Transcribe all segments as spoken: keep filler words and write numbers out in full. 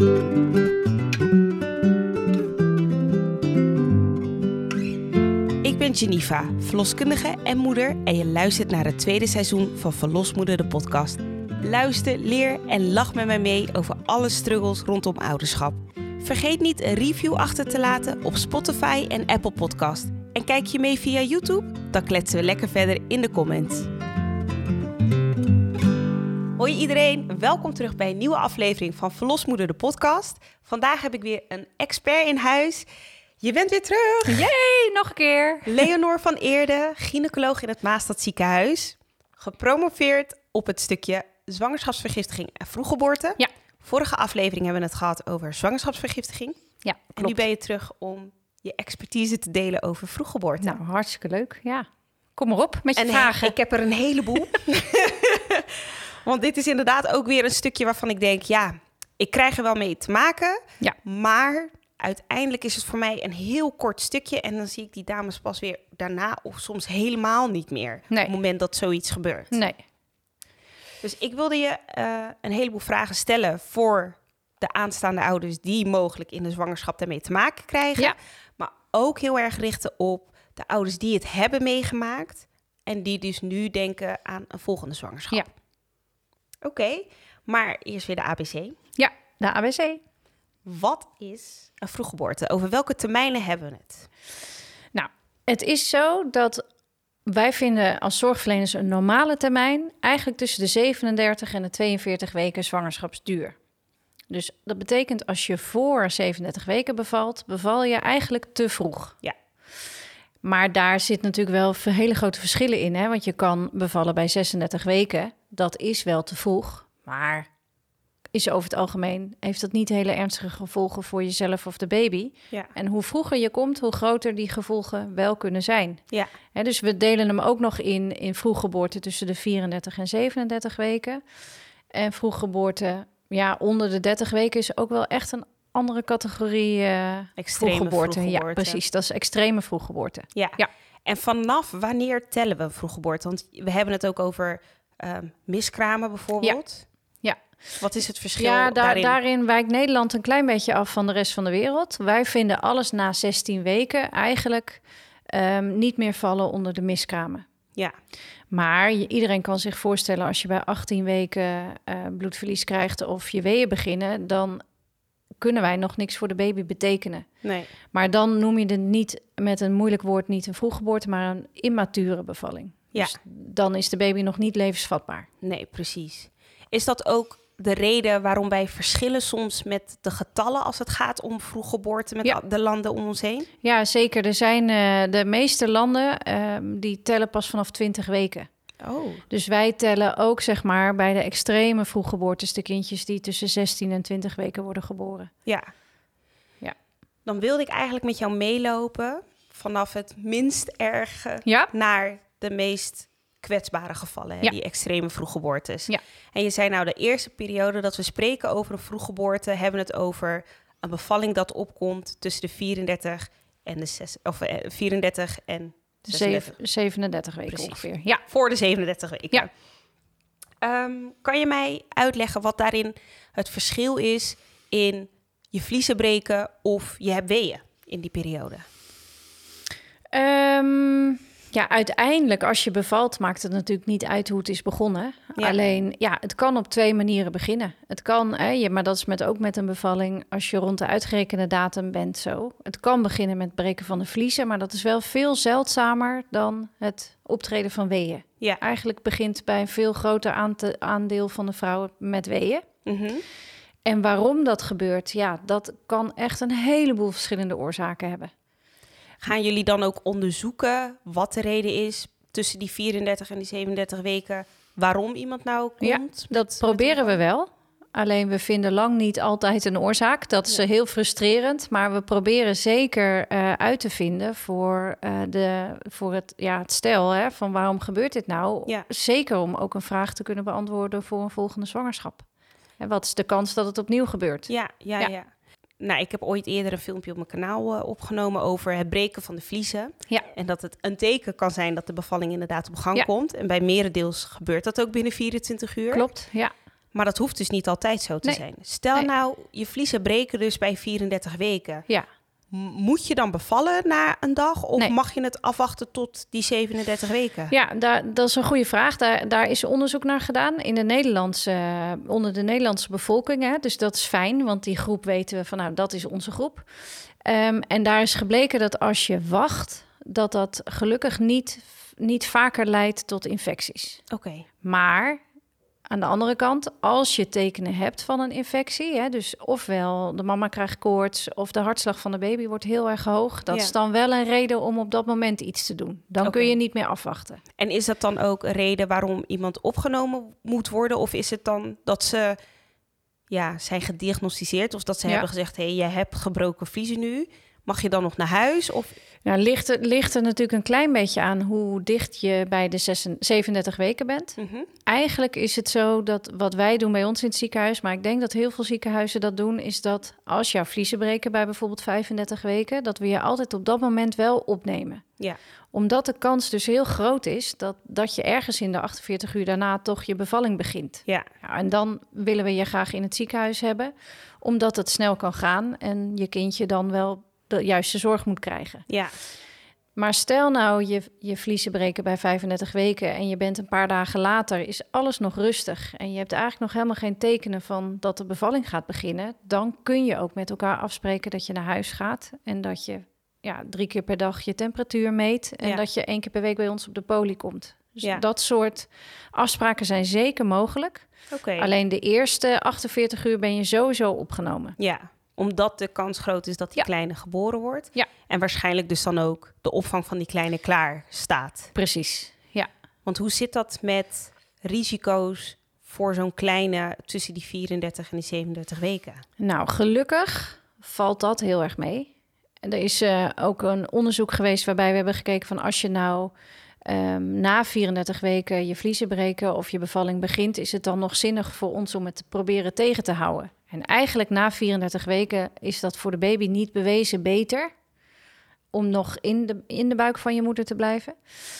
Ik ben Geneva, verloskundige en moeder en je luistert naar het tweede seizoen van Verlosmoeder de podcast. Luister, leer en lach met mij mee over alle struggles rondom ouderschap. Vergeet niet een review achter te laten op Spotify en Apple Podcast. En kijk je mee via YouTube? Dan kletsen we lekker verder in de comments. Hoi iedereen, welkom terug bij een nieuwe aflevering van Verlosmoeder de podcast. Vandaag heb ik weer een expert in huis. Je bent weer terug. Yay, nog een keer. Leonor van Eerde, gynaecoloog in het Maastad ziekenhuis. Gepromoveerd op het stukje zwangerschapsvergiftiging en vroeggeboorte. Ja. Vorige aflevering hebben we het gehad over zwangerschapsvergiftiging. Ja, klopt. En nu ben je terug om je expertise te delen over vroeggeboorte. Nou, hartstikke leuk, ja. Kom maar op met je en vragen. Ik heb er een heleboel. Want dit is inderdaad ook weer een stukje waarvan ik denk, ja, ik krijg er wel mee te maken. Ja. Maar uiteindelijk is het voor mij een heel kort stukje. En dan zie ik die dames pas weer daarna of soms helemaal niet meer. Nee. Op het moment dat zoiets gebeurt. Nee. Dus ik wilde je uh, een heleboel vragen stellen voor de aanstaande ouders die mogelijk in de zwangerschap daarmee te maken krijgen. Ja. Maar ook heel erg richten op de ouders die het hebben meegemaakt en die dus nu denken aan een volgende zwangerschap. Ja. Oké, okay, maar eerst weer de A B C. Ja, de A B C. Wat is een vroeggeboorte? Over welke termijnen hebben we het? Nou, het is zo dat wij vinden als zorgverleners een normale termijn eigenlijk tussen de zevenendertig en de tweeënveertig weken zwangerschapsduur. Dus dat betekent als je voor zevenendertig weken bevalt, beval je eigenlijk te vroeg. Ja. Maar daar zit natuurlijk wel hele grote verschillen in, hè? Want je kan bevallen bij zesendertig weken. Dat is wel te vroeg, maar is over het algemeen heeft dat niet hele ernstige gevolgen voor jezelf of de baby. Ja. En hoe vroeger je komt, hoe groter die gevolgen wel kunnen zijn. Ja. Hè, dus we delen hem ook nog in, in vroeggeboorte tussen de vierendertig en zevenendertig weken. En vroeggeboorte, ja, onder de dertig weken is ook wel echt een andere categorie uh, extreme vroeggeboorte. vroeggeboorte. Ja, precies. Dat is extreme vroeggeboorte. Ja. Ja. En vanaf wanneer tellen we vroeggeboorte? Want we hebben het ook over uh, miskramen bijvoorbeeld. Ja. Wat is het verschil ja, daar, daarin? daarin wijkt Nederland een klein beetje af van de rest van de wereld. Wij vinden alles na zestien weken eigenlijk um, niet meer vallen onder de miskramen. Ja. Maar je, iedereen kan zich voorstellen als je bij achttien weken uh, bloedverlies krijgt of je weeën beginnen, dan kunnen wij nog niks voor de baby betekenen. Nee. Maar dan noem je het niet met een moeilijk woord niet een vroeggeboorte, maar een immature bevalling. Ja. Dus dan is de baby nog niet levensvatbaar. Nee, precies. Is dat ook de reden waarom wij verschillen soms met de getallen als het gaat om vroeggeboorte met ja. de landen om ons heen? Ja, zeker. Er zijn uh, de meeste landen uh, die tellen pas vanaf twintig weken. Oh. Dus wij tellen ook zeg maar bij de extreme vroeggeboortes de kindjes die tussen zestien en twintig weken worden geboren. Ja. Ja. Dan wilde ik eigenlijk met jou meelopen vanaf het minst erge ja. naar de meest kwetsbare gevallen, hè? Ja. Die extreme vroeggeboortes. Ja. En je zei nou, de eerste periode dat we spreken over een vroeggeboorte, hebben we het over een bevalling dat opkomt tussen de vierendertig en de zes, of uh, vierendertig en zesendertig. zevenendertig weken Precies. ongeveer. Ja. Voor de zevenendertig weken. Ja. Um, kan je mij uitleggen wat daarin het verschil is in je vliezen breken of je hebt weeën in die periode? Um, ja, uiteindelijk als je bevalt maakt het natuurlijk niet uit hoe het is begonnen. Ja. Alleen, ja, het kan op twee manieren beginnen. Het kan, hè, je, maar dat is met, ook met een bevalling als je rond de uitgerekende datum bent zo. Het kan beginnen met het breken van de vliezen, maar dat is wel veel zeldzamer dan het optreden van weeën. Ja. Eigenlijk begint bij een veel groter aante- aandeel van de vrouwen met weeën. Mm-hmm. En waarom dat gebeurt, ja, dat kan echt een heleboel verschillende oorzaken hebben. Gaan jullie dan ook onderzoeken wat de reden is tussen die vierendertig en die zevenendertig weken, waarom iemand nou komt? Ja, dat proberen we wel. Alleen we vinden lang niet altijd een oorzaak. Dat is Ja. heel frustrerend. Maar we proberen zeker uh, uit te vinden voor, uh, de, voor het, ja, het stel. Hè, van waarom gebeurt dit nou? Ja. Zeker om ook een vraag te kunnen beantwoorden voor een volgende zwangerschap. En wat is de kans dat het opnieuw gebeurt? Ja, ja, ja. ja. Nou, ik heb ooit eerder een filmpje op mijn kanaal uh, opgenomen over het breken van de vliezen. Ja. En dat het een teken kan zijn dat de bevalling inderdaad op gang Ja. komt. En bij merendeels gebeurt dat ook binnen vierentwintig uur. Klopt, ja. Maar dat hoeft dus niet altijd zo te Nee. zijn. Stel Nee. nou, je vliezen breken dus bij vierendertig weken. Ja. M- Moet je dan bevallen na een dag? Of Nee. mag je het afwachten tot die zevenendertig weken? Ja, daar, dat is een goede vraag. Daar, daar is onderzoek naar gedaan in de Nederlandse, onder de Nederlandse bevolking. Hè. Dus dat is fijn, want die groep weten we van, nou, dat is onze groep. Um, en daar is gebleken dat als je wacht, dat dat gelukkig niet, niet vaker leidt tot infecties. Oké. Okay. Maar aan de andere kant, als je tekenen hebt van een infectie, hè, dus ofwel de mama krijgt koorts of de hartslag van de baby wordt heel erg hoog, dat ja. is dan wel een reden om op dat moment iets te doen. Dan Okay. kun je niet meer afwachten. En is dat dan ook een reden waarom iemand opgenomen moet worden? Of is het dan dat ze ja, zijn gediagnosticeerd of dat ze ja. hebben gezegd, hé, hey, je hebt gebroken vliezen nu. Mag je dan nog naar huis? Of... Nou, ligt, het, ligt er natuurlijk een klein beetje aan hoe dicht je bij de zevenendertig weken bent. Mm-hmm. Eigenlijk is het zo dat wat wij doen bij ons in het ziekenhuis, maar ik denk dat heel veel ziekenhuizen dat doen, is dat als jouw vliezen breken bij bijvoorbeeld vijfendertig weken, dat we je altijd op dat moment wel opnemen. Ja. Omdat de kans dus heel groot is dat, dat je ergens in de achtenveertig uur daarna toch je bevalling begint. Ja. Ja, en dan willen we je graag in het ziekenhuis hebben, omdat het snel kan gaan en je kindje dan wel de juiste zorg moet krijgen. Ja. Maar stel nou, je, je vliezen breken bij vijfendertig weken en je bent een paar dagen later, is alles nog rustig en je hebt eigenlijk nog helemaal geen tekenen van dat de bevalling gaat beginnen, dan kun je ook met elkaar afspreken dat je naar huis gaat en dat je ja, drie keer per dag je temperatuur meet en ja. dat je één keer per week bij ons op de poli komt. Dus ja. dat soort afspraken zijn zeker mogelijk. Okay. Alleen de eerste achtenveertig uur ben je sowieso opgenomen. Ja, omdat de kans groot is dat die ja. kleine geboren wordt. Ja. En waarschijnlijk dus dan ook de opvang van die kleine klaar staat. Precies, ja. Want hoe zit dat met risico's voor zo'n kleine tussen die vierendertig en die zevenendertig weken? Nou, gelukkig valt dat heel erg mee. En er is uh, ook een onderzoek geweest waarbij we hebben gekeken van als je nou um, na vierendertig weken je vliezen breken of je bevalling begint, is het dan nog zinnig voor ons om het te proberen tegen te houden? En eigenlijk na vierendertig weken is dat voor de baby niet bewezen beter om nog in de, in de buik van je moeder te blijven.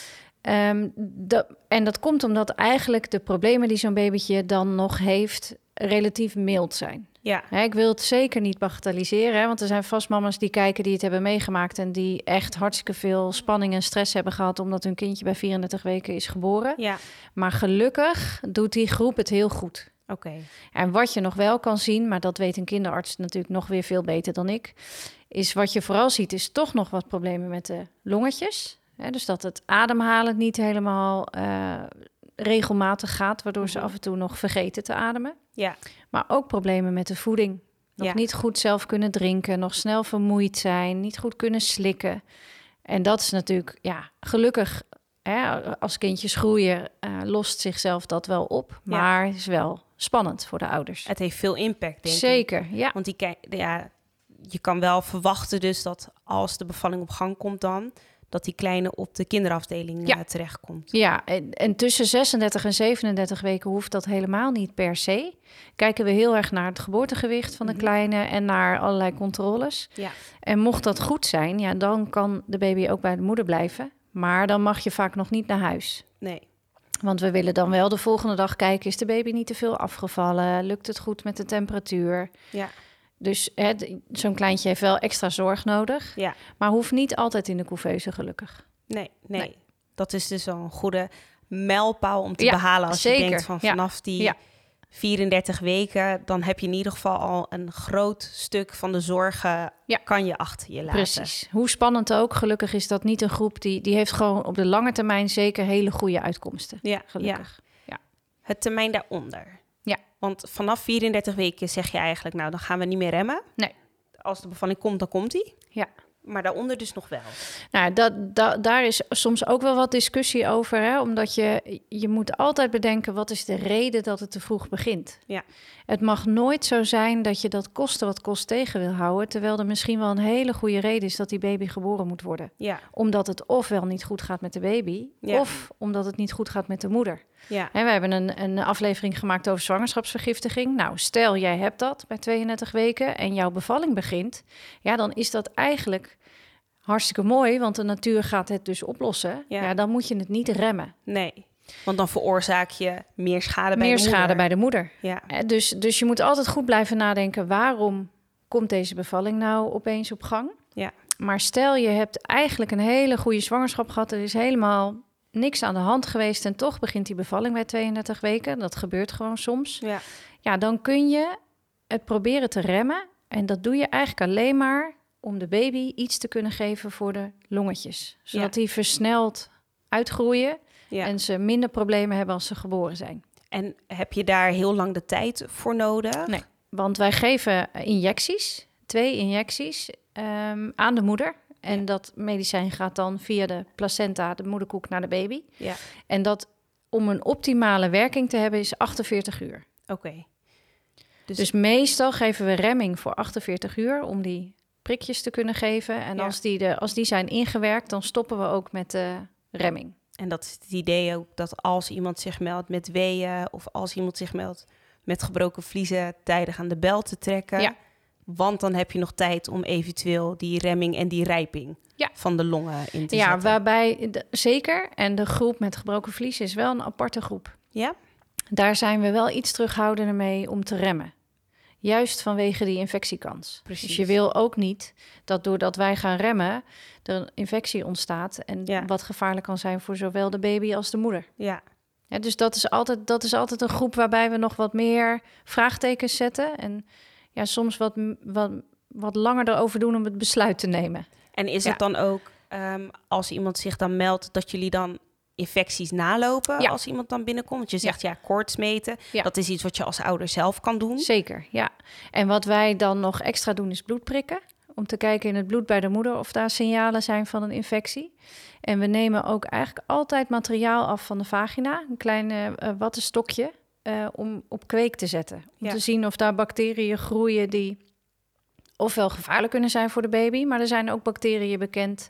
Um, de, en dat komt omdat eigenlijk de problemen die zo'n babytje dan nog heeft relatief mild zijn. Ja. Hè, ik wil het zeker niet bagatelliseren, hè, want er zijn vast mama's die kijken die het hebben meegemaakt en die echt hartstikke veel spanning en stress hebben gehad omdat hun kindje bij vierendertig weken is geboren. Ja. Maar gelukkig doet die groep het heel goed. Oké. Okay. En wat je nog wel kan zien, maar dat weet een kinderarts natuurlijk nog weer veel beter dan ik, is wat je vooral ziet is toch nog wat problemen met de longetjes. Hè, dus dat het ademhalen niet helemaal uh, regelmatig gaat, waardoor ze af en toe nog vergeten te ademen. Ja. Maar ook problemen met de voeding. Nog ja. niet goed zelf kunnen drinken, nog snel vermoeid zijn, niet goed kunnen slikken. En dat is natuurlijk, ja, gelukkig, hè, als kindjes groeien, uh, lost zichzelf dat wel op. Maar het ja. is wel spannend voor de ouders. Het heeft veel impact, denk Zeker, ik. Zeker, ja. Want die, ja, je kan wel verwachten dus dat als de bevalling op gang komt dan, dat die kleine op de kinderafdeling ja. uh, terechtkomt. Ja, en, en tussen zesendertig en zevenendertig weken hoeft dat helemaal niet per se. Kijken we heel erg naar het geboortegewicht van de mm-hmm. kleine en naar allerlei controles. Ja. En mocht dat goed zijn, ja, dan kan de baby ook bij de moeder blijven. Maar dan mag je vaak nog niet naar huis. Nee. Want we willen dan wel de volgende dag kijken, is de baby niet te veel afgevallen? Lukt het goed met de temperatuur? Ja. Dus hè, zo'n kleintje heeft wel extra zorg nodig. Ja. Maar hoeft niet altijd in de couveuse, gelukkig. Nee, nee, nee. Dat is dus wel een goede mijlpaal om te ja, behalen. Als zeker. je denkt van vanaf ja. die ja. vierendertig weken, dan heb je in ieder geval al een groot stuk van de zorgen ja. kan je achter je laten. Precies. Hoe spannend ook. Gelukkig is dat niet een groep die, die heeft gewoon op de lange termijn zeker hele goede uitkomsten. Ja, gelukkig. Ja. Ja. Het termijn daaronder. Ja. Want vanaf vierendertig weken zeg je eigenlijk, nou, dan gaan we niet meer remmen. Nee. Als de bevalling komt, dan komt die. Ja. Maar daaronder dus nog wel. Nou, dat, dat, daar is soms ook wel wat discussie over. Hè? Omdat je, je moet altijd bedenken, wat is de reden dat het te vroeg begint? Ja. Het mag nooit zo zijn dat je dat koste wat kost tegen wil houden, terwijl er misschien wel een hele goede reden is dat die baby geboren moet worden. Ja. Omdat het ofwel niet goed gaat met de baby, ja. of omdat het niet goed gaat met de moeder. Ja. En we hebben een, een aflevering gemaakt over zwangerschapsvergiftiging. Nou, stel jij hebt dat bij tweeëndertig weken en jouw bevalling begint, ja, dan is dat eigenlijk hartstikke mooi, want de natuur gaat het dus oplossen. Ja. Ja, dan moet je het niet remmen. Nee. Want dan veroorzaak je meer schade bij meer de moeder. schade bij de moeder. Ja. Dus, dus je moet altijd goed blijven nadenken... waarom komt deze bevalling nou opeens op gang? Ja. Maar stel je hebt eigenlijk een hele goede zwangerschap gehad... er is helemaal niks aan de hand geweest... en toch begint die bevalling bij tweeëndertig weken. Dat gebeurt gewoon soms. Ja. Ja, dan kun je het proberen te remmen. En dat doe je eigenlijk alleen maar... om de baby iets te kunnen geven voor de longetjes. Zodat Ja. die versneld uitgroeien... Ja. en ze minder problemen hebben als ze geboren zijn. En heb je daar heel lang de tijd voor nodig? Nee, want wij geven injecties, twee injecties um, aan de moeder. En Ja. dat medicijn gaat dan via de placenta, de moederkoek, naar de baby. Ja. En dat om een optimale werking te hebben is achtenveertig uur. Oké. Okay. Dus, dus meestal geven we remming voor achtenveertig uur om die prikjes te kunnen geven. En Ja. als, die de, als die zijn ingewerkt, dan stoppen we ook met de remming. En dat is het idee ook dat als iemand zich meldt met weeën... of als iemand zich meldt met gebroken vliezen... tijdig aan de bel te trekken. Ja. Want dan heb je nog tijd om eventueel die remming en die rijping... Ja. van de longen in te Ja, zetten. waarbij de, zeker. En de groep met gebroken vlies is wel een aparte groep. Ja? Daar zijn we wel iets terughoudender mee om te remmen. Juist vanwege die infectiekans. Precies. Dus je wil ook niet dat doordat wij gaan remmen... er een infectie ontstaat... en Ja. wat gevaarlijk kan zijn voor zowel de baby als de moeder. Ja. Ja, dus dat is, altijd, dat is altijd een groep waarbij we nog wat meer vraagtekens zetten... en ja, soms wat, wat, wat langer erover doen om het besluit te nemen. En is Ja. het dan ook, um, als iemand zich dan meldt... dat jullie dan infecties nalopen Ja. als iemand dan binnenkomt? Want je zegt, ja, koorts meten. Ja. Dat is iets wat je als ouder zelf kan doen. Zeker, ja. En wat wij dan nog extra doen is bloed prikken... om te kijken in het bloed bij de moeder of daar signalen zijn van een infectie. En we nemen ook eigenlijk altijd materiaal af van de vagina. Een klein uh, wattenstokje uh, om op kweek te zetten. Om Ja. te zien of daar bacteriën groeien die ofwel gevaarlijk kunnen zijn voor de baby... maar er zijn ook bacteriën bekend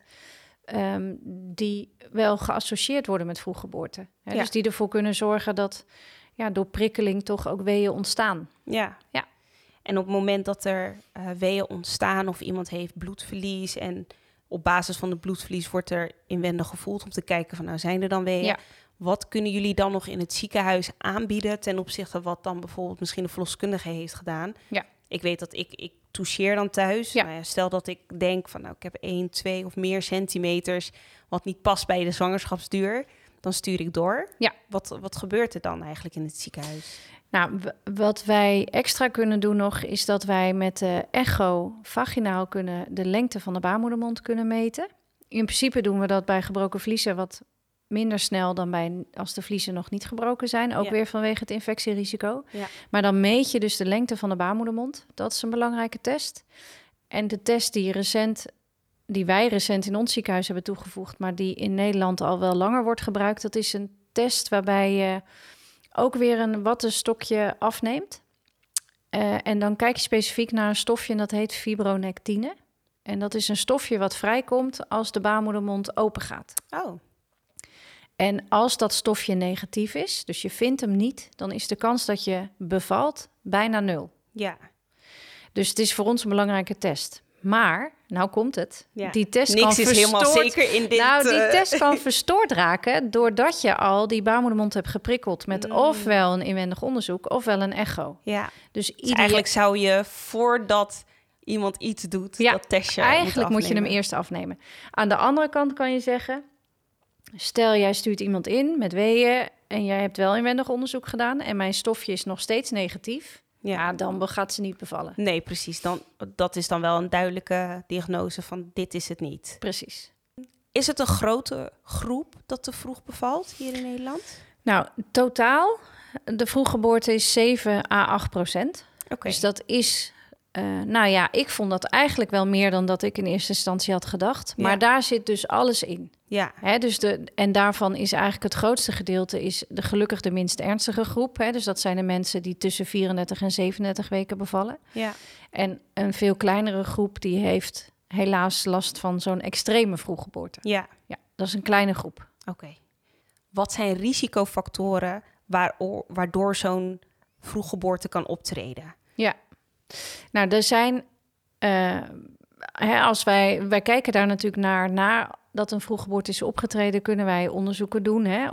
um, die wel geassocieerd worden met vroeggeboorte. Hè, Ja. Dus die ervoor kunnen zorgen dat ja, door prikkeling toch ook weeën ontstaan. Ja. Ja. En op het moment dat er uh, weeën ontstaan of iemand heeft bloedverlies... en op basis van het bloedverlies wordt er inwendig gevoeld... om te kijken van, nou, zijn er dan weeën? Ja. Wat kunnen jullie dan nog in het ziekenhuis aanbieden... ten opzichte van wat dan bijvoorbeeld misschien een verloskundige heeft gedaan? Ja. Ik weet dat ik, ik toucheer dan thuis. Ja. Nou ja, stel dat ik denk van, nou, ik heb één, twee of meer centimeters... wat niet past bij de zwangerschapsduur, dan stuur ik door. Ja. Wat, wat gebeurt er dan eigenlijk in het ziekenhuis? Nou, w- wat wij extra kunnen doen nog... is dat wij met de echo vaginaal kunnen de lengte van de baarmoedermond kunnen meten. In principe doen we dat bij gebroken vliezen wat minder snel... dan bij als de vliezen nog niet gebroken zijn. Ook Ja. weer vanwege het infectierisico. Ja. Maar dan meet je dus de lengte van de baarmoedermond. Dat is een belangrijke test. En de test die, recent, die wij recent in ons ziekenhuis hebben toegevoegd... maar die in Nederland al wel langer wordt gebruikt... dat is een test waarbij je... ook weer een wattenstokje afneemt. Uh, en dan kijk je specifiek naar een stofje en dat heet fibronectine. En dat is een stofje wat vrijkomt als de baarmoedermond open gaat. Oh. En als dat stofje negatief is, dus je vindt hem niet... dan is de kans dat je bevalt bijna nul. Ja. Dus het is voor ons een belangrijke test. Maar, nou komt het, Ja. die test Niks kan is verstoord... helemaal zeker in dit... Nou, die uh, test kan verstoord raken doordat je al die baarmoedermond hebt geprikkeld... met Mm. ofwel een inwendig onderzoek ofwel een echo. Ja. Dus, Dus idea- eigenlijk zou je voordat iemand iets doet, Ja, dat testje eigenlijk moet je afnemen. hem eerst afnemen. Aan de andere kant kan je zeggen... stel jij stuurt iemand in met weeën... en jij hebt wel inwendig onderzoek gedaan... en mijn stofje is nog steeds negatief... Ja. ja, dan gaat ze niet bevallen. Nee, precies. Dan, dat is dan wel een duidelijke diagnose van dit is het niet. Precies. Is het een grote groep dat te vroeg bevalt hier in Nederland? Nou, totaal, de vroeggeboorte is zeven à acht procent. Oké. Dus dat is... Uh, nou ja, ik vond dat eigenlijk wel meer dan dat ik in eerste instantie had gedacht. Maar Ja. daar zit dus alles in. Ja, Hè, dus de, en daarvan is eigenlijk het grootste gedeelte... is de gelukkig de minst ernstige groep. Hè, dus dat zijn de mensen die tussen vierendertig en zevenendertig weken bevallen. ja, En een veel kleinere groep die heeft helaas last van zo'n extreme vroeggeboorte. ja. Ja, dat is een kleine groep. Oké. Wat zijn risicofactoren waaro- waardoor zo'n vroeggeboorte kan optreden? Ja, nou, er zijn... Uh, hè, als wij, wij kijken daar natuurlijk naar... nadat een vroeggeboorte is opgetreden... kunnen wij onderzoeken doen hè, om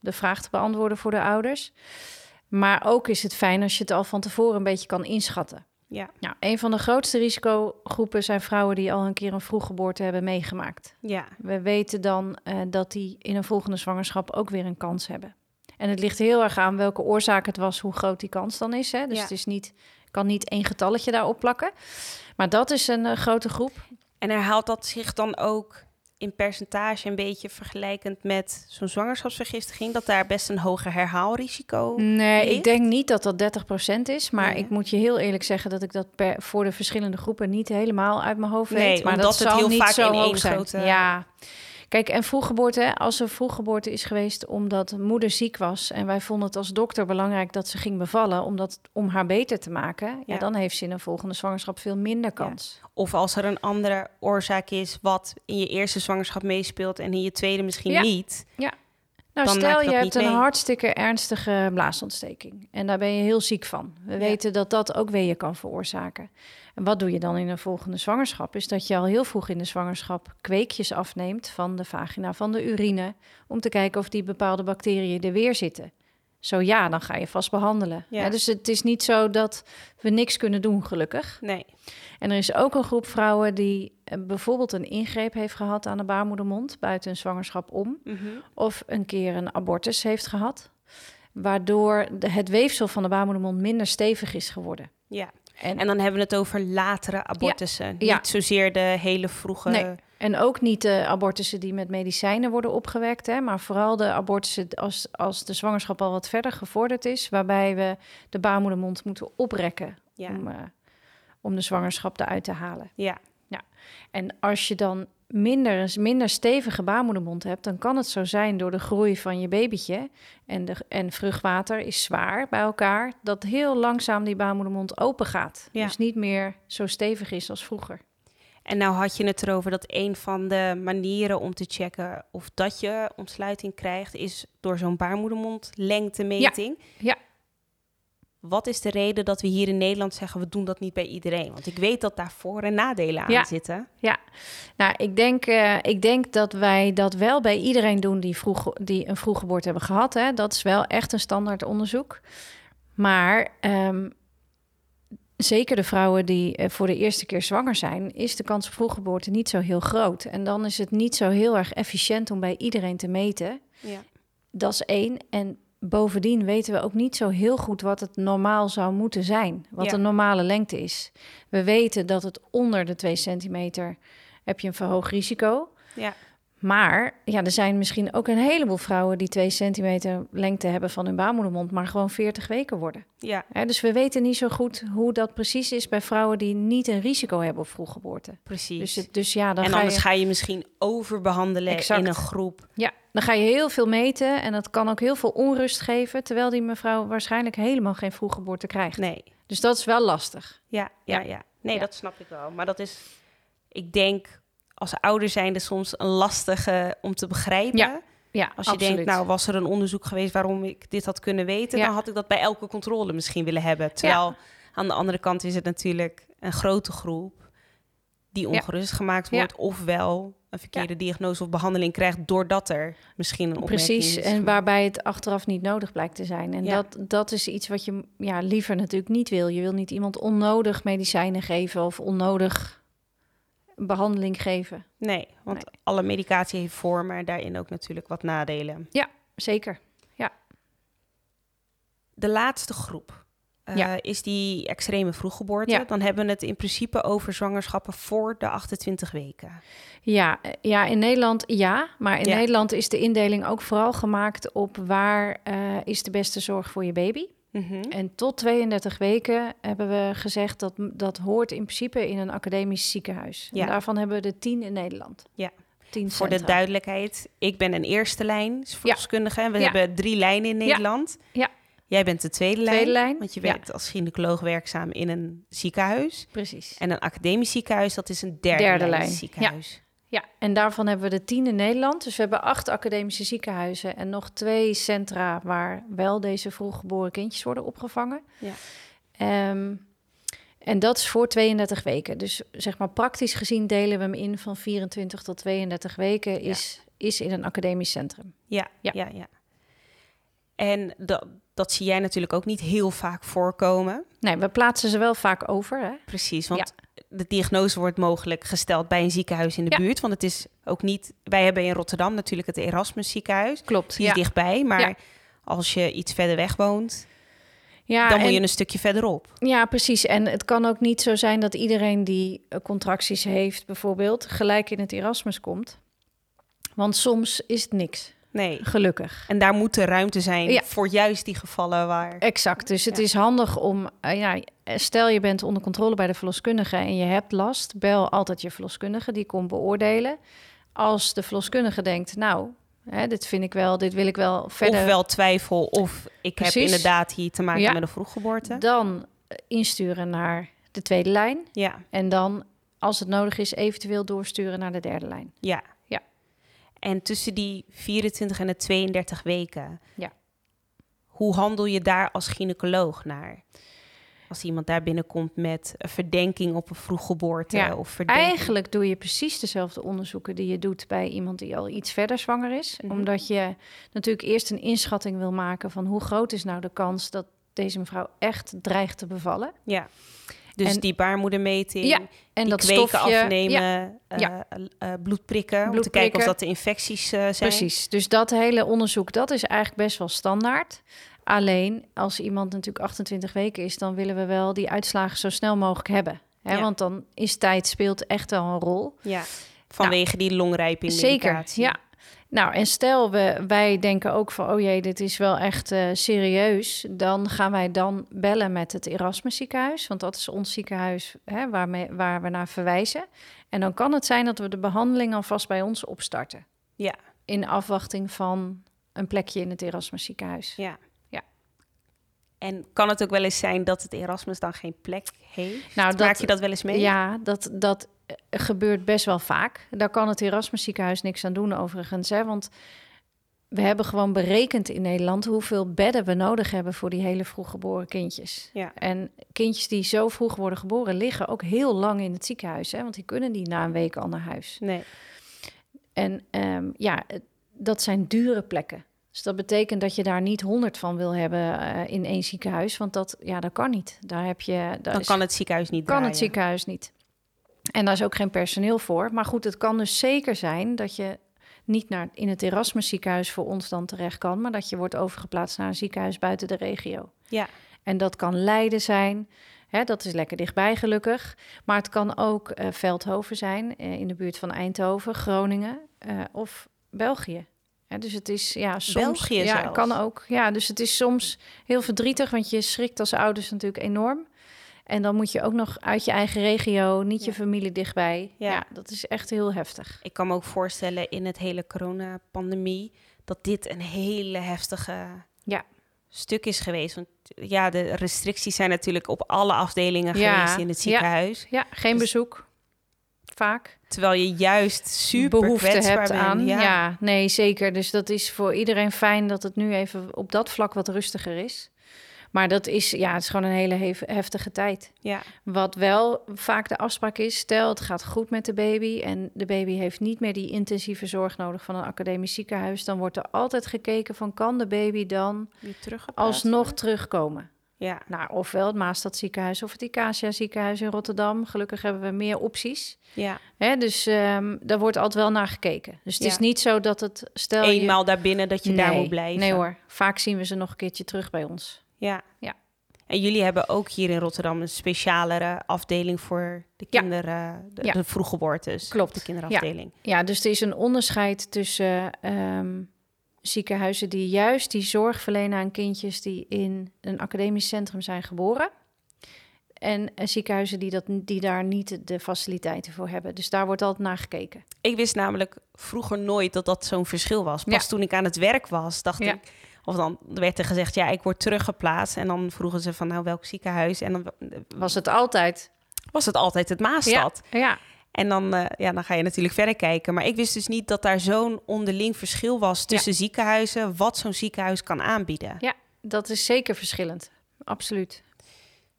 de vraag te beantwoorden voor de ouders. Maar ook is het fijn als je het al van tevoren een beetje kan inschatten. Ja. Nou, een van de grootste risicogroepen zijn vrouwen die al een keer een vroeggeboorte hebben meegemaakt. Ja. We weten dan uh, dat die in een volgende zwangerschap ook weer een kans hebben. En het ligt heel erg aan welke oorzaak het was, hoe groot die kans dan is. Hè? Dus ja. het is niet, kan niet één getalletje daarop plakken. Maar dat is een uh, grote groep. En herhaalt dat zich dan ook in percentage een beetje vergelijkend met zo'n zwangerschapsvergiftiging, dat daar best een hoger herhaalrisico Nee, ligt? Ik denk niet dat dat dertig procent is. Maar nee. ik moet je heel eerlijk zeggen dat ik dat per, voor de verschillende groepen niet helemaal uit mijn hoofd weet. Nee, maar omdat dat het zal heel niet vaak zo in hoog één zijn. grote... Ja. Kijk, en vroeggeboorte, als er vroeggeboorte is geweest omdat moeder ziek was en wij vonden het als dokter belangrijk dat ze ging bevallen, omdat, om haar beter te maken, ja. Ja, dan heeft ze in een volgende zwangerschap veel minder kans. Ja. Of als er een andere oorzaak is wat in je eerste zwangerschap meespeelt en in je tweede misschien ja. niet. Ja. Nou, dan stel je hebt een mee. hartstikke ernstige blaasontsteking en daar ben je heel ziek van. We ja. weten dat dat ook weeën kan veroorzaken. En wat doe je dan in een volgende zwangerschap? Is dat je al heel vroeg in de zwangerschap kweekjes afneemt van de vagina, van de urine, om te kijken of die bepaalde bacteriën er weer zitten. Zo ja, dan ga je vast behandelen. Ja. Ja, dus het is niet zo dat we niks kunnen doen, gelukkig. Nee. En er is ook een groep vrouwen die uh, bijvoorbeeld een ingreep heeft gehad aan de baarmoedermond buiten een zwangerschap om. Mm-hmm. Of een keer een abortus heeft gehad, waardoor de, het weefsel van de baarmoedermond minder stevig is geworden. Ja. En, en dan hebben we het over latere abortussen. Ja, ja. Niet zozeer de hele vroege... Nee. En ook niet de abortussen die met medicijnen worden opgewekt, hè, maar vooral de abortussen als, als de zwangerschap al wat verder gevorderd is, waarbij we de baarmoedermond moeten oprekken ja. om, uh, om de zwangerschap eruit te halen. Ja. Ja. En als je dan minder, minder stevige baarmoedermond hebt, dan kan het zo zijn door de groei van je babytje en, de, en vruchtwater is zwaar bij elkaar, dat heel langzaam die baarmoedermond open gaat. Ja. Dus niet meer zo stevig is als vroeger. En nou had je het erover dat een van de manieren om te checken of dat je ontsluiting krijgt, is door zo'n baarmoedermondlengtemeting. Ja. ja. Wat is de reden dat we hier in Nederland zeggen, we doen dat niet bij iedereen? Want ik weet dat daar voor- en nadelen aan ja. zitten. Ja, nou, ik denk, uh, ik denk dat wij dat wel bij iedereen doen die, vroeg, die een vroeggeboorte hebben gehad. Hè. Dat is wel echt een standaard onderzoek. Maar um, zeker de vrouwen die uh, voor de eerste keer zwanger zijn, is de kans op vroeggeboorte niet zo heel groot. En dan is het niet zo heel erg efficiënt om bij iedereen te meten. Ja. Dat is één. En bovendien weten we ook niet zo heel goed wat het normaal zou moeten zijn. Wat ja. de normale lengte is. We weten dat het onder de twee centimeter heb je een verhoogd risico. Ja. Maar ja, er zijn misschien ook een heleboel vrouwen die twee centimeter lengte hebben van hun baarmoedermond, maar gewoon veertig weken worden. Ja. Ja, dus we weten niet zo goed hoe dat precies is bij vrouwen die niet een risico hebben op vroeggeboorte. Precies. Dus, dus ja, dan en ga anders je... ga je misschien overbehandelen exact. In een groep. Ja, dan ga je heel veel meten en dat kan ook heel veel onrust geven, terwijl die mevrouw waarschijnlijk helemaal geen vroeggeboorte krijgt. Nee. Dus dat is wel lastig. Ja, ja, ja. ja. Nee, ja. dat snap ik wel. Maar dat is, ik denk, als ouder zijnde soms een lastige om te begrijpen. Ja, ja, als je absoluut. denkt, nou, was er een onderzoek geweest waarom ik dit had kunnen weten, ja. dan had ik dat bij elke controle misschien willen hebben. Terwijl ja. aan de andere kant is het natuurlijk een grote groep die ongerust ja. gemaakt wordt, ja. ofwel een verkeerde ja. diagnose of behandeling krijgt doordat er misschien een opmerking Precies, is. en waarbij het achteraf niet nodig blijkt te zijn. En ja. dat, dat is iets wat je ja, liever natuurlijk niet wil. Je wil niet iemand onnodig medicijnen geven of onnodig behandeling geven. Nee, want nee. alle medicatie heeft voor, maar daarin ook natuurlijk wat nadelen. Ja, zeker. Ja. De laatste groep uh, ja. is die extreme vroeggeboorte. Ja. Dan hebben we het in principe over zwangerschappen voor de achtentwintig weken. Ja, ja in Nederland ja. Maar in ja. Nederland is de indeling ook vooral gemaakt op waar uh, is de beste zorg voor je baby. Mm-hmm. En tot tweeëndertig weken hebben we gezegd dat dat hoort in principe in een academisch ziekenhuis. Ja. En daarvan hebben we er tien in Nederland. Ja. Tien voor de duidelijkheid, ik ben een eerste lijn verloskundige. Ja. We ja. hebben drie lijnen in Nederland. Ja. ja. Jij bent de tweede, tweede lijn, lijn, want je bent ja. als gynaecoloog werkzaam in een ziekenhuis. Precies. En een academisch ziekenhuis, dat is een derde, derde lijn ziekenhuis. Ja. Ja, en daarvan hebben we de tien in Nederland. Dus we hebben acht academische ziekenhuizen en nog twee centra waar wel deze vroeggeboren kindjes worden opgevangen. Ja. Um, en dat is voor tweeëndertig weken. Dus zeg maar praktisch gezien delen we hem in van vierentwintig tot tweeëndertig weken is, ja. is in een academisch centrum. Ja, ja, ja. ja. En dat, dat zie jij natuurlijk ook niet heel vaak voorkomen. Nee, we plaatsen ze wel vaak over. Hè? Precies, want Ja. de diagnose wordt mogelijk gesteld bij een ziekenhuis in de Ja. buurt. Want het is ook niet... Wij hebben in Rotterdam natuurlijk het Erasmus ziekenhuis. Klopt, Die is ja. dichtbij, maar Ja. als je iets verder weg woont, Ja, dan moet en- je een stukje verderop. Ja, precies. En het kan ook niet zo zijn dat iedereen die eh, contracties heeft, bijvoorbeeld, gelijk in het Erasmus komt. Want soms is het niks, Nee. gelukkig. En daar moet er ruimte zijn Ja. voor juist die gevallen waar... Exact. Dus het Ja. is handig om, uh, ja, stel je bent onder controle bij de verloskundige en je hebt last, bel altijd je verloskundige, die komt beoordelen. Als de verloskundige denkt, nou, hè, dit vind ik wel, dit wil ik wel verder. Ofwel twijfel of ik Precies. heb inderdaad hier te maken Ja. met een vroeggeboorte. Dan uh, insturen naar de tweede lijn. Ja, En dan, als het nodig is, eventueel doorsturen naar de derde lijn. ja. Ja. En tussen die vierentwintig en de tweeëndertig weken, Ja. hoe handel je daar als gynaecoloog naar? Als iemand daar binnenkomt met een verdenking op een vroeggeboorte Ja, of verdenking... Eigenlijk doe je precies dezelfde onderzoeken die je doet bij iemand die al iets verder zwanger is. Mhm. Omdat je natuurlijk eerst een inschatting wil maken van hoe groot is nou de kans dat deze mevrouw echt dreigt te bevallen. Ja, dus En- die baarmoedermeting, Ja, en die dat kweken stofje, afnemen, ja, eh, ja. eh, bloedprikken, om te Bloedprikken. kijken of dat de infecties eh, zijn. Precies. Dus dat hele onderzoek, dat is eigenlijk best wel standaard. Alleen, als iemand natuurlijk achtentwintig weken is, dan willen we wel die uitslagen zo snel mogelijk hebben. Hè? Ja. Want dan is tijd speelt echt wel een rol. Ja, vanwege die longrijping Zeker, medicatie. ja. Nou, en stel we, wij denken ook van, oh jee, dit is wel echt uh, serieus. Dan gaan wij dan bellen met het Erasmus ziekenhuis. Want dat is ons ziekenhuis hè, waarmee, waar we naar verwijzen. En dan kan het zijn dat we de behandeling alvast bij ons opstarten. Ja. In afwachting van een plekje in het Erasmus ziekenhuis. Ja. Ja. En kan het ook wel eens zijn dat het Erasmus dan geen plek heeft? Nou, Maak dat- je dat wel eens mee? Ja, dat, dat eh, gebeurt best wel vaak. Daar kan het Erasmus ziekenhuis niks aan doen overigens. Hè, want we hebben gewoon berekend in Nederland hoeveel bedden we nodig hebben voor die hele vroeggeboren kindjes. Ja. En kindjes die zo vroeg worden geboren liggen ook heel lang in het ziekenhuis. Hè, want die kunnen niet na een week al naar huis. Nee. En ehm, ja, het- dat zijn dure plekken. Dus dat betekent dat je daar niet honderd van wil hebben eh, in één ziekenhuis. Want dat, ja, dat kan niet. Daar heb je, daar Dan is- kan het ziekenhuis niet kan draaien. het ziekenhuis niet. En daar is ook geen personeel voor. Maar goed, het kan dus zeker zijn dat je niet naar, in het Erasmus ziekenhuis voor ons dan terecht kan, maar dat je wordt overgeplaatst naar een ziekenhuis buiten de regio. Ja. En dat kan Leiden zijn. Hè, dat is lekker dichtbij gelukkig. Maar het kan ook eh, Veldhoven zijn, eh, in de buurt van Eindhoven, Groningen eh, of België. Hè, dus het is ja soms België ja zelfs? kan ook. Ja, dus het is soms heel verdrietig, want je schrikt als ouders natuurlijk enorm. En dan moet je ook nog uit je eigen regio, niet je Ja. familie dichtbij. Ja. Ja. dat is echt heel heftig. Ik kan me ook voorstellen in het hele coronapandemie dat dit een hele heftige Ja. stuk is geweest. Want ja, de restricties zijn natuurlijk op alle afdelingen Ja. geweest in het Ja. ziekenhuis. Ja, geen Dus- bezoek. Vaak. Terwijl je juist super Behoefte kwetsbaar hebt bent. aan. Ja. Ja. nee, zeker. Dus dat is voor iedereen fijn dat het nu even op dat vlak wat rustiger is. Maar dat is, ja, het is gewoon een hele hef- heftige tijd. Ja. Wat wel vaak de afspraak is, stel het gaat goed met de baby en de baby heeft niet meer die intensieve zorg nodig van een academisch ziekenhuis, dan wordt er altijd gekeken van kan de baby dan Weer teruggeplaatst alsnog worden. terugkomen. Ja. Nou, ofwel het Maastad ziekenhuis of het Icacia ziekenhuis in Rotterdam. Gelukkig hebben we meer opties. Ja. Hè, dus um, daar wordt altijd wel naar gekeken. Dus het Ja. is niet zo dat het stel je... Eenmaal daarbinnen dat je daar Nee, moet blijven. Nee hoor, vaak zien we ze nog een keertje terug bij ons. Ja. Ja. En jullie hebben ook hier in Rotterdam een specialere afdeling voor de Ja. kinderen, de, Ja. de vroeggeboortes. Klopt. De kinderafdeling. Ja, dus er is een onderscheid tussen um, ziekenhuizen die juist die zorg verlenen aan kindjes die in een academisch centrum zijn geboren. En uh, ziekenhuizen die, dat, die daar niet de faciliteiten voor hebben. Dus daar wordt altijd naar gekeken. Ik wist namelijk vroeger nooit dat dat zo'n verschil was. Pas Ja. toen ik aan het werk was, dacht Ja. ik... Of dan werd er gezegd, ja, ik word teruggeplaatst. En dan vroegen ze van, nou, welk ziekenhuis? En dan Was het altijd? was het altijd het Maastad. Ja, ja. En dan, uh, ja, dan ga je natuurlijk verder kijken. Maar ik wist dus niet dat daar zo'n onderling verschil was tussen Ja. ziekenhuizen, wat zo'n ziekenhuis kan aanbieden. Ja, dat is zeker verschillend. Absoluut.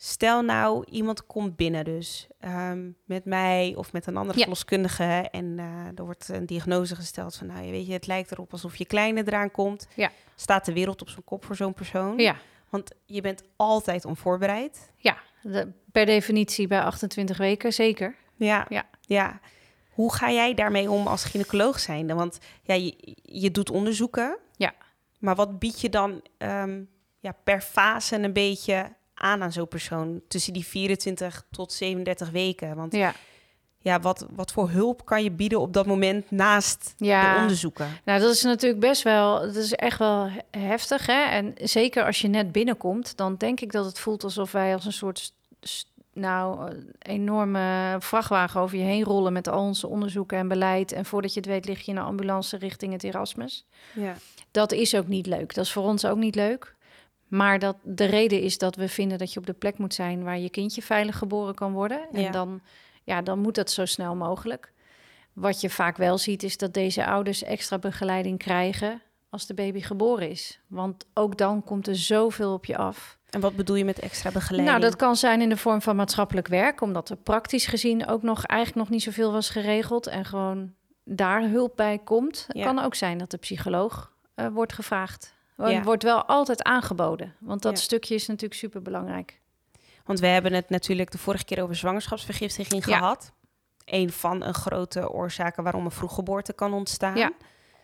Stel nou, iemand komt binnen dus um, met mij of met een andere Ja. verloskundige en uh, er wordt een diagnose gesteld van, nou, weet je, het lijkt erop alsof je kleine eraan komt. Ja. Staat de wereld op zijn kop voor zo'n persoon? Ja. Want je bent altijd onvoorbereid. Ja, de, per definitie bij achtentwintig weken, zeker. Ja, Ja. ja. Hoe ga jij daarmee om als gynaecoloog zijnde? Want ja, je, je doet onderzoeken. Ja. Maar wat bied je dan um, ja, per fase een beetje aan aan zo'n persoon tussen die vierentwintig tot zevenendertig weken? Want Ja. ja, wat, wat voor hulp kan je bieden op dat moment naast Ja. de onderzoeken? Nou, dat is natuurlijk best wel, dat is echt wel heftig, hè? En zeker als je net binnenkomt, dan denk ik dat het voelt alsof wij als een soort, nou, enorme vrachtwagen over je heen rollen met al onze onderzoeken en beleid. En voordat je het weet, lig je in een ambulance richting het Erasmus. Ja. Dat is ook niet leuk. Dat is voor ons ook niet leuk. Maar dat de reden is dat we vinden dat je op de plek moet zijn waar je kindje veilig geboren kan worden. En Ja. dan, ja, dan moet dat zo snel mogelijk. Wat je vaak wel ziet is dat deze ouders extra begeleiding krijgen als de baby geboren is. Want ook dan komt er zoveel op je af. En wat bedoel je met extra begeleiding? Nou, dat kan zijn in de vorm van maatschappelijk werk, omdat er praktisch gezien ook nog eigenlijk nog niet zoveel was geregeld en gewoon daar hulp bij komt. Het Ja. kan ook zijn dat de psycholoog uh, wordt gevraagd. Het Ja. wordt wel altijd aangeboden, want dat Ja. stukje is natuurlijk superbelangrijk. Want we hebben het natuurlijk de vorige keer over zwangerschapsvergiftiging Ja. gehad. Een van een grote oorzaken waarom een vroeggeboorte kan ontstaan. Ja.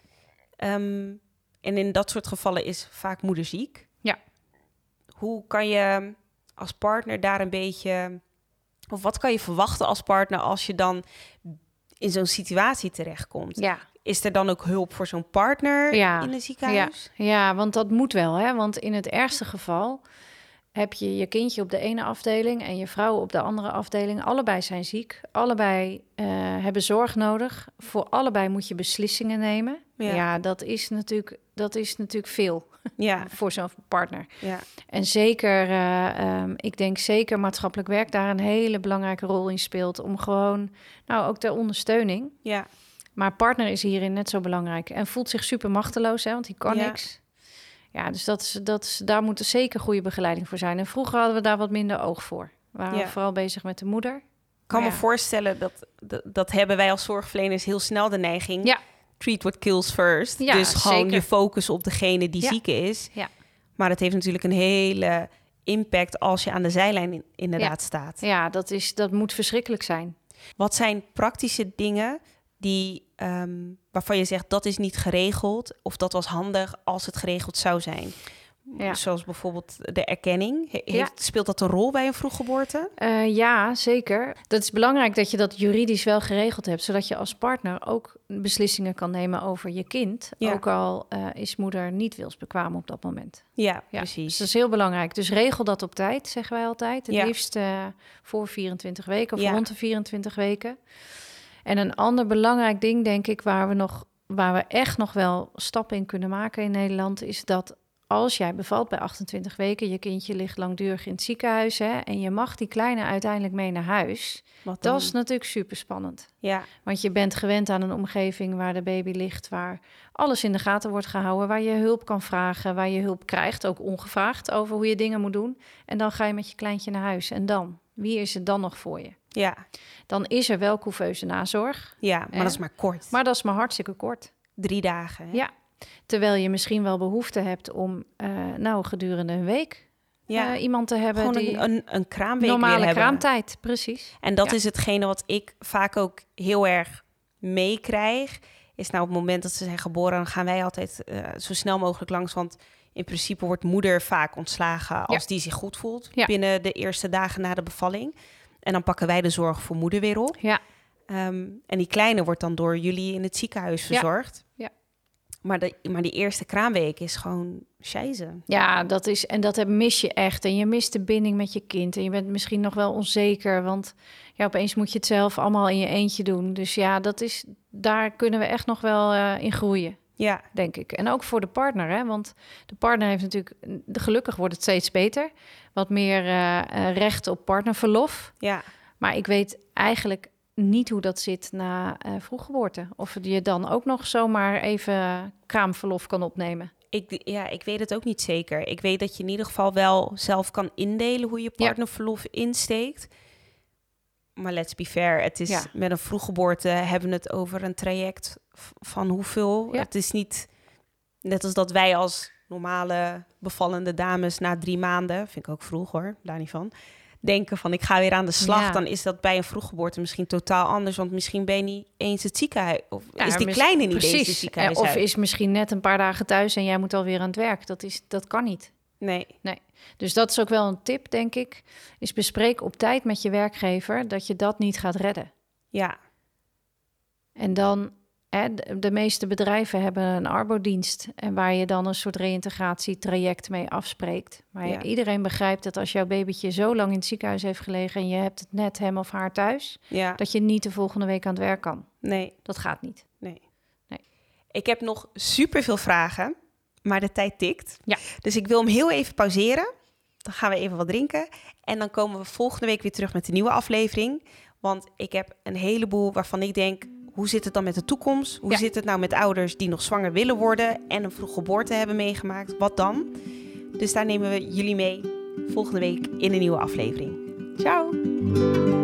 Um, en in dat soort gevallen is vaak moeder ziek. Ja. Hoe kan je als partner daar een beetje... Of wat kan je verwachten als partner als je dan in zo'n situatie terechtkomt? Ja. Is er dan ook hulp voor zo'n partner Ja. in een ziekenhuis? Ja. ja, want dat moet wel, hè? Want in het ergste geval heb je je kindje op de ene afdeling en je vrouw op de andere afdeling. Allebei zijn ziek, allebei uh, hebben zorg nodig. Voor allebei moet je beslissingen nemen. Ja, ja dat, is natuurlijk, dat is natuurlijk veel Ja. voor zo'n partner. Ja. En zeker, uh, um, ik denk zeker maatschappelijk werk daar een hele belangrijke rol in speelt. Om gewoon, nou ook ter ondersteuning. Ja. Maar partner is hierin net zo belangrijk. En voelt zich super machteloos, hè, want die kan Ja. niks. Ja, dus dat is, dat is, daar moet er zeker goede begeleiding voor zijn. En vroeger hadden we daar wat minder oog voor. We waren Ja. vooral bezig met de moeder. Ik kan Maar me ja. voorstellen dat, dat... Dat hebben wij als zorgverleners heel snel de neiging... Ja. Treat what kills first. Ja, dus gewoon zeker. je focus op degene die Ja. ziek is. Ja. Maar het heeft natuurlijk een hele impact als je aan de zijlijn in- inderdaad Ja. staat. Ja, dat, is, dat moet verschrikkelijk zijn. Wat zijn praktische dingen die, um, waarvan je zegt dat is niet geregeld of dat was handig als het geregeld zou zijn? Ja. Zoals bijvoorbeeld de erkenning. He- heeft, Ja. Speelt dat een rol bij een vroeggeboorte? Uh, ja, zeker. Dat is belangrijk dat je dat juridisch wel geregeld hebt, zodat je als partner ook beslissingen kan nemen over je kind. Ja. Ook al uh, is moeder niet wilsbekwaam op dat moment. Ja, Ja, precies. dus dat is heel belangrijk. Dus regel dat op tijd, zeggen wij altijd. Het Ja. liefst uh, voor vierentwintig weken of Ja. rond de vierentwintig weken. En een ander belangrijk ding, denk ik, waar we, nog, waar we echt nog wel stappen in kunnen maken in Nederland, is dat als jij bevalt bij achtentwintig weken, je kindje ligt langdurig in het ziekenhuis, hè, en je mag die kleine uiteindelijk mee naar huis. Wat dan? Dat is natuurlijk super spannend. Ja, Want je bent gewend aan een omgeving waar de baby ligt, waar alles in de gaten wordt gehouden, waar je hulp kan vragen, waar je hulp krijgt, ook ongevraagd, over hoe je dingen moet doen. En dan ga je met je kleintje naar huis. En dan? Wie is er dan nog voor je? ja, Dan is er wel couveuse nazorg, ja, maar Eh, dat is maar kort. maar dat is maar hartstikke kort. Drie dagen. Hè? Ja, terwijl je misschien wel behoefte hebt om, uh, nou, gedurende een week Ja. uh, iemand te hebben Gewoon die een, een, een kraamweek normale weer hebben. kraamtijd, precies. En dat Ja. is hetgene wat ik vaak ook heel erg meekrijg. Is nou op het moment dat ze zijn geboren, dan gaan wij altijd uh, zo snel mogelijk langs. Want in principe wordt moeder vaak ontslagen als Ja. die zich goed voelt. Ja. Binnen de eerste dagen na de bevalling. En dan pakken wij de zorg voor moeder weer op. Ja, Um, en die kleine wordt dan door jullie in het ziekenhuis verzorgd. Ja. Maar, de, maar die eerste kraamweek is gewoon scheisse. ja dat is, en dat heb- mis je echt. En je mist de binding met je kind. En je bent misschien nog wel onzeker, want ja, opeens moet je het zelf allemaal in je eentje doen. Dus ja, dat is, daar kunnen we echt nog wel uh, in groeien, Ja, denk ik. En ook voor de partner, hè? Want de partner heeft natuurlijk, de, gelukkig wordt het steeds beter, wat meer uh, uh, recht op partnerverlof. ja. Maar ik weet eigenlijk niet hoe dat zit na uh, vroeggeboorte. Of je dan ook nog zomaar even kraamverlof kan opnemen. Ik, ja, ik weet het ook niet zeker. Ik weet dat je in ieder geval wel zelf kan indelen hoe je partnerverlof ja. insteekt. Maar let's be fair, het is ja. met een vroeggeboorte hebben we het over een traject van hoeveel. Ja. Het is niet net als dat wij als normale bevallende dames na drie maanden, vind ik ook vroeg hoor, daar niet van, denken van ik ga weer aan de slag. Ja. Dan is dat bij een vroeggeboorte misschien totaal anders, want misschien ben je niet eens het ziekenhuis of ja, is die mis- kleine niet eens het ziekenhuis. Of is misschien net een paar dagen thuis en jij moet alweer aan het werk. Dat is dat kan niet. Nee. Nee. Dus dat is ook wel een tip, denk ik. Is bespreek op tijd met je werkgever dat je dat niet gaat redden. Ja. En dan, hè, de, de meeste bedrijven hebben een arbodienst en waar je dan een soort reïntegratietraject mee afspreekt. Maar ja. iedereen begrijpt dat als jouw babytje zo lang in het ziekenhuis heeft gelegen en je hebt het net hem of haar thuis, ja. dat je niet de volgende week aan het werk kan. Nee. Dat gaat niet. Nee. nee. Ik heb nog superveel vragen. Maar de tijd tikt. Ja. Dus ik wil hem heel even pauzeren. Dan gaan we even wat drinken. En dan komen we volgende week weer terug met de nieuwe aflevering. Want ik heb een heleboel waarvan ik denk, hoe zit het dan met de toekomst? Hoe ja. zit het nou met ouders die nog zwanger willen worden en een vroege geboorte hebben meegemaakt? Wat dan? Dus daar nemen we jullie mee volgende week in een nieuwe aflevering. Ciao!